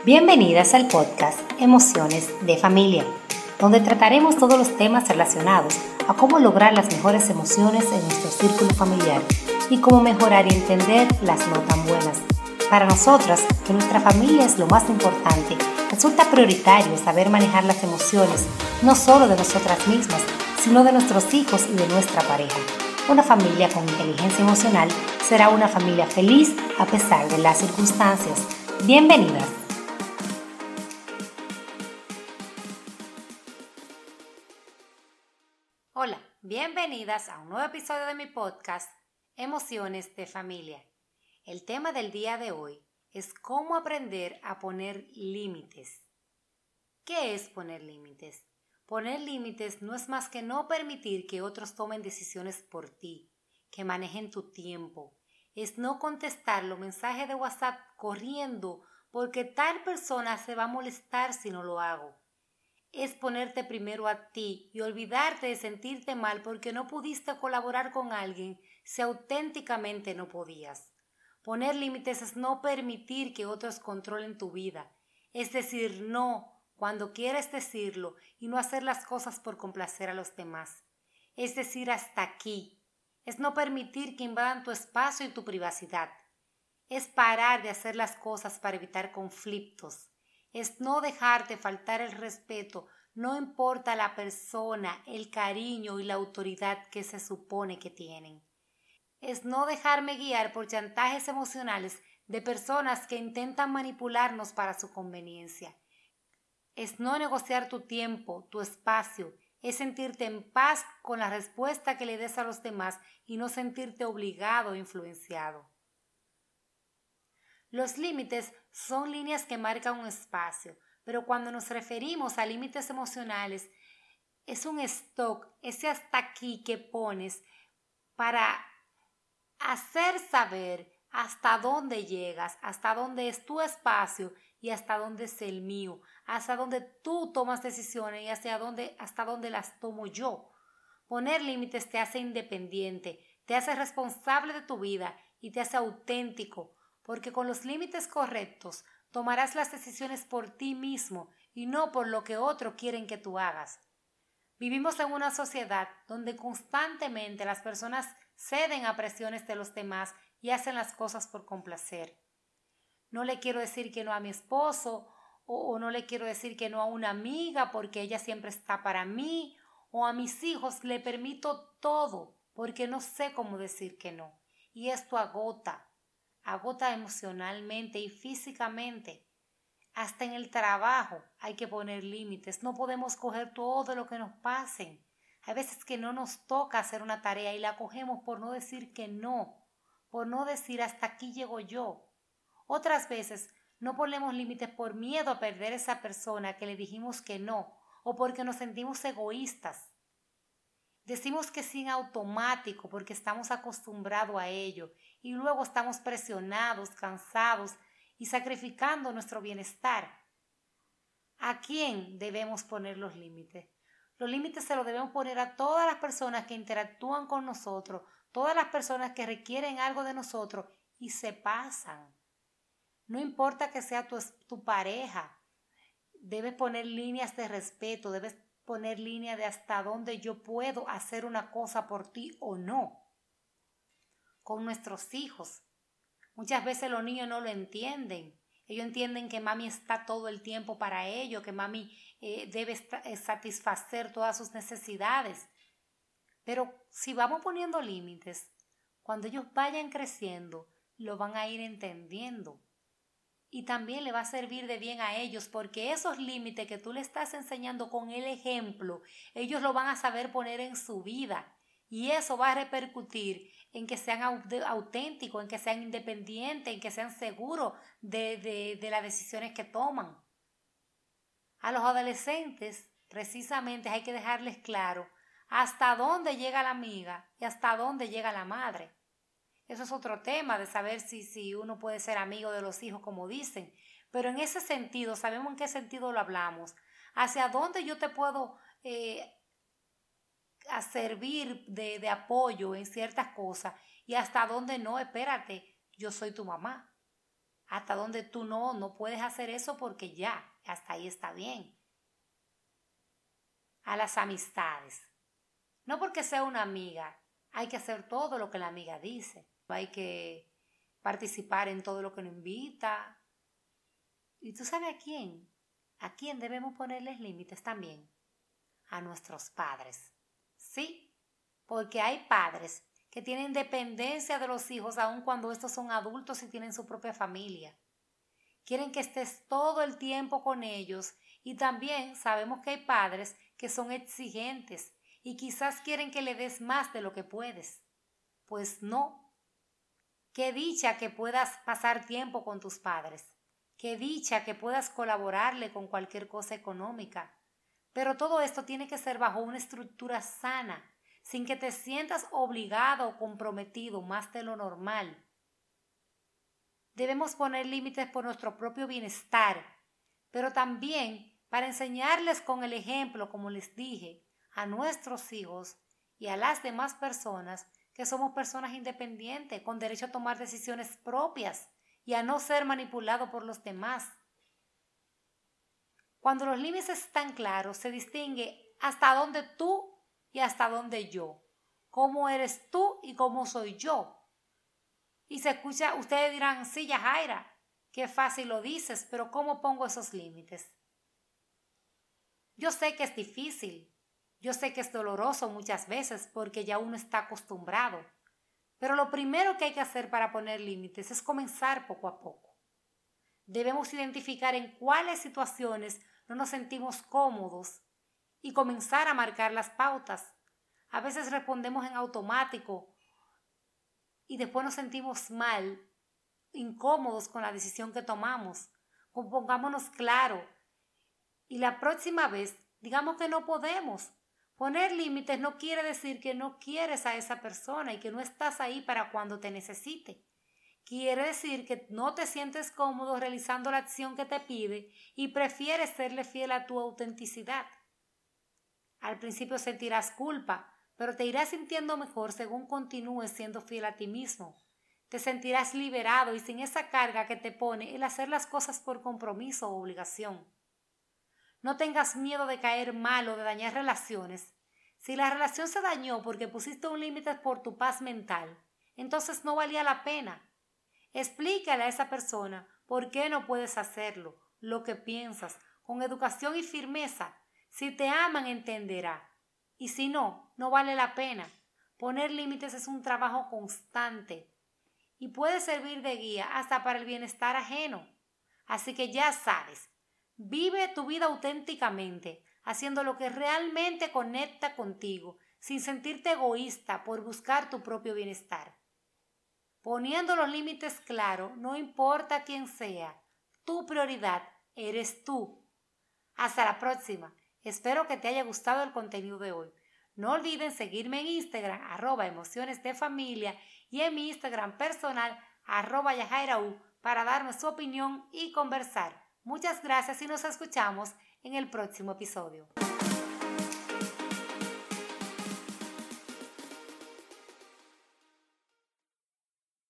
Bienvenidas al podcast Emociones de Familia, donde trataremos todos los temas relacionados a cómo lograr las mejores emociones en nuestro círculo familiar y cómo mejorar y entender las no tan buenas. Para nosotras, que nuestra familia es lo más importante, resulta prioritario saber manejar las emociones, no solo de nosotras mismas, sino de nuestros hijos y de nuestra pareja. Una familia con inteligencia emocional será una familia feliz a pesar de las circunstancias. Bienvenidas. Hola, bienvenidas a un nuevo episodio de mi podcast Emociones de Familia. El tema del día de hoy es cómo aprender a poner límites. ¿Qué es poner límites? Poner límites no es más que no permitir que otros tomen decisiones por ti, que manejen tu tiempo. Es no contestar los mensajes de WhatsApp corriendo porque tal persona se va a molestar si no lo hago. Es ponerte primero a ti y olvidarte de sentirte mal porque no pudiste colaborar con alguien si auténticamente no podías. Poner límites es no permitir que otros controlen tu vida, es decir, no cuando quieres decirlo y no hacer las cosas por complacer a los demás. Es decir, hasta aquí. Es no permitir que invadan tu espacio y tu privacidad. Es parar de hacer las cosas para evitar conflictos. Es no dejarte faltar el respeto, no importa la persona, el cariño y la autoridad que se supone que tienen. Es no dejarme guiar por chantajes emocionales de personas que intentan manipularnos para su conveniencia. Es no negociar tu tiempo, tu espacio, es sentirte en paz con la respuesta que le des a los demás y no sentirte obligado o influenciado. Los límites son líneas que marcan un espacio, pero cuando nos referimos a límites emocionales, es un stop, ese hasta aquí que pones para hacer saber hasta dónde llegas, hasta dónde es tu espacio y hasta dónde es el mío, hasta dónde tú tomas decisiones y hasta dónde las tomo yo. Poner límites te hace independiente, te hace responsable de tu vida y te hace auténtico, porque con los límites correctos tomarás las decisiones por ti mismo y no por lo que otros quieren que tú hagas. Vivimos en una sociedad donde constantemente las personas ceden a presiones de los demás y hacen las cosas por complacer. No le quiero decir que no a mi esposo o no le quiero decir que no a una amiga porque ella siempre está para mí, o a mis hijos le permito todo porque no sé cómo decir que no. Y esto agota emocionalmente y físicamente. Hasta en el trabajo hay que poner límites. No podemos coger todo lo que nos pasen. Hay veces que no nos toca hacer una tarea y la cogemos por no decir que no, por no decir hasta aquí llego yo. Otras veces no ponemos límites por miedo a perder a esa persona que le dijimos que no o porque nos sentimos egoístas. Decimos que sí en automático porque estamos acostumbrados a ello y luego estamos presionados, cansados y sacrificando nuestro bienestar. ¿A quién debemos poner los límites? Los límites se los debemos poner a todas las personas que interactúan con nosotros, todas las personas que requieren algo de nosotros y se pasan. No importa que sea tu pareja, debes poner líneas de respeto, debes poner líneas de hasta dónde yo puedo hacer una cosa por ti o no. Con nuestros hijos, muchas veces los niños no lo entienden. Ellos entienden que mami está todo el tiempo para ellos, que mami debe satisfacer todas sus necesidades. Pero si vamos poniendo límites, cuando ellos vayan creciendo, lo van a ir entendiendo. Y también le va a servir de bien a ellos porque esos límites que tú le estás enseñando con el ejemplo, ellos lo van a saber poner en su vida. Y eso va a repercutir en que sean auténticos, en que sean independientes, en que sean seguros de las decisiones que toman. A los adolescentes, precisamente, hay que dejarles claro hasta dónde llega la amiga y hasta dónde llega la madre. Eso es otro tema de saber si uno puede ser amigo de los hijos, como dicen. Pero en ese sentido, sabemos en qué sentido lo hablamos. Hacia dónde yo te puedo a servir de apoyo en ciertas cosas y hasta dónde no, espérate, yo soy tu mamá. hasta donde tú no puedes hacer eso porque ya, hasta ahí está bien. A las amistades. No porque sea una amiga, hay que hacer todo lo que la amiga dice. Hay que participar en todo lo que nos invita. ¿Y tú sabes a quién? ¿A quién debemos ponerles límites también? A nuestros padres. Sí, porque hay padres que tienen dependencia de los hijos aun cuando estos son adultos y tienen su propia familia. Quieren que estés todo el tiempo con ellos y también sabemos que hay padres que son exigentes y quizás quieren que le des más de lo que puedes. Pues no. Qué dicha que puedas pasar tiempo con tus padres. Qué dicha que puedas colaborarle con cualquier cosa económica. Pero todo esto tiene que ser bajo una estructura sana, sin que te sientas obligado o comprometido más de lo normal. Debemos poner límites por nuestro propio bienestar, pero también para enseñarles con el ejemplo, como les dije, a nuestros hijos y a las demás personas que somos personas independientes, con derecho a tomar decisiones propias y a no ser manipulados por los demás. Cuando los límites están claros, se distingue hasta dónde tú y hasta dónde yo, cómo eres tú y cómo soy yo. Y se escucha, ustedes dirán, sí, Yajaira, qué fácil lo dices, pero ¿cómo pongo esos límites? Yo sé que es difícil, yo sé que es doloroso muchas veces porque ya uno está acostumbrado, pero lo primero que hay que hacer para poner límites es comenzar poco a poco. Debemos identificar en cuáles situaciones no nos sentimos cómodos y comenzar a marcar las pautas. A veces respondemos en automático y después nos sentimos mal, incómodos con la decisión que tomamos. Pongámonos claro y la próxima vez digamos que no podemos. Poner límites no quiere decir que no quieres a esa persona y que no estás ahí para cuando te necesite. Quiere decir que no te sientes cómodo realizando la acción que te pide y prefieres serle fiel a tu autenticidad. Al principio sentirás culpa, pero te irás sintiendo mejor según continúes siendo fiel a ti mismo. Te sentirás liberado y sin esa carga que te pone el hacer las cosas por compromiso o obligación. No tengas miedo de caer mal o de dañar relaciones. Si la relación se dañó porque pusiste un límite por tu paz mental, entonces no valía la pena. Explícale a esa persona por qué no puedes hacerlo, lo que piensas, con educación y firmeza. Si te aman, entenderá. Y si no, no vale la pena. Poner límites es un trabajo constante y puede servir de guía hasta para el bienestar ajeno. Así que ya sabes, vive tu vida auténticamente, haciendo lo que realmente conecta contigo, sin sentirte egoísta por buscar tu propio bienestar. Poniendo los límites claros, no importa quién sea, tu prioridad eres tú. Hasta la próxima. Espero que te haya gustado el contenido de hoy. No olviden seguirme en Instagram, @emocionesdefamilia y en mi Instagram personal, @yajairaú, para darme su opinión y conversar. Muchas gracias y nos escuchamos en el próximo episodio.